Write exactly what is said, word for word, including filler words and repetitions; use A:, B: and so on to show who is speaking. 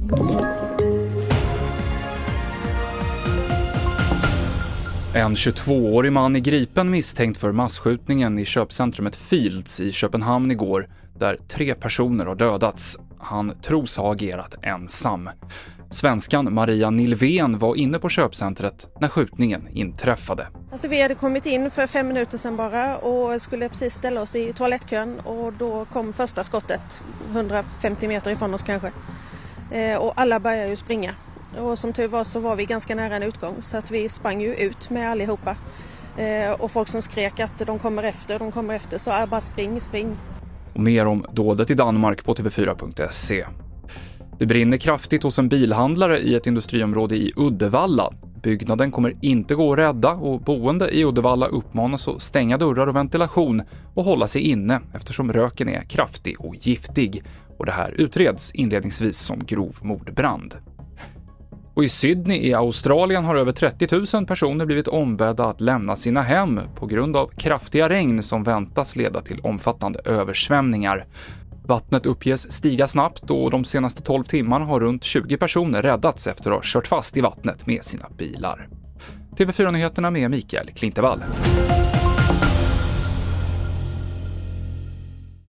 A: En tjugotvåårig man är gripen misstänkt för massskjutningen i köpcentrumet Fields i Köpenhamn igår, där tre personer har dödats. Han tros ha agerat ensam. Svenskan Maria Nilven var inne på köpcentret när skjutningen inträffade.
B: Alltså vi hade kommit in för fem minuter sedan bara och skulle precis ställa oss i toalettkön, och då kom första skottet hundrafemtio meter ifrån oss kanske. Eh, och alla började ju springa. Och som tur var så var vi ganska nära en utgång, så att vi sprang ju ut med allihopa. Eh, och folk som skrek att de kommer efter, de kommer efter, så är bara spring, spring.
A: Och mer om dådet i Danmark på T V fyra punkt se. Det brinner kraftigt hos en bilhandlare i ett industriområde i Uddevalla. Byggnaden kommer inte gå att rädda och boende i Uddevalla uppmanas att stänga dörrar och ventilation och hålla sig inne eftersom röken är kraftig och giftig. Och det här utreds inledningsvis som grov mordbrand. Och i Sydney i Australien har över trettio tusen personer blivit ombedda att lämna sina hem på grund av kraftiga regn som väntas leda till omfattande översvämningar. Vattnet uppges stiga snabbt och de senaste tolv timmarna har runt tjugo personer räddats efter att ha kört fast i vattnet med sina bilar. T V fyra-nyheterna med Mikael Klintevall.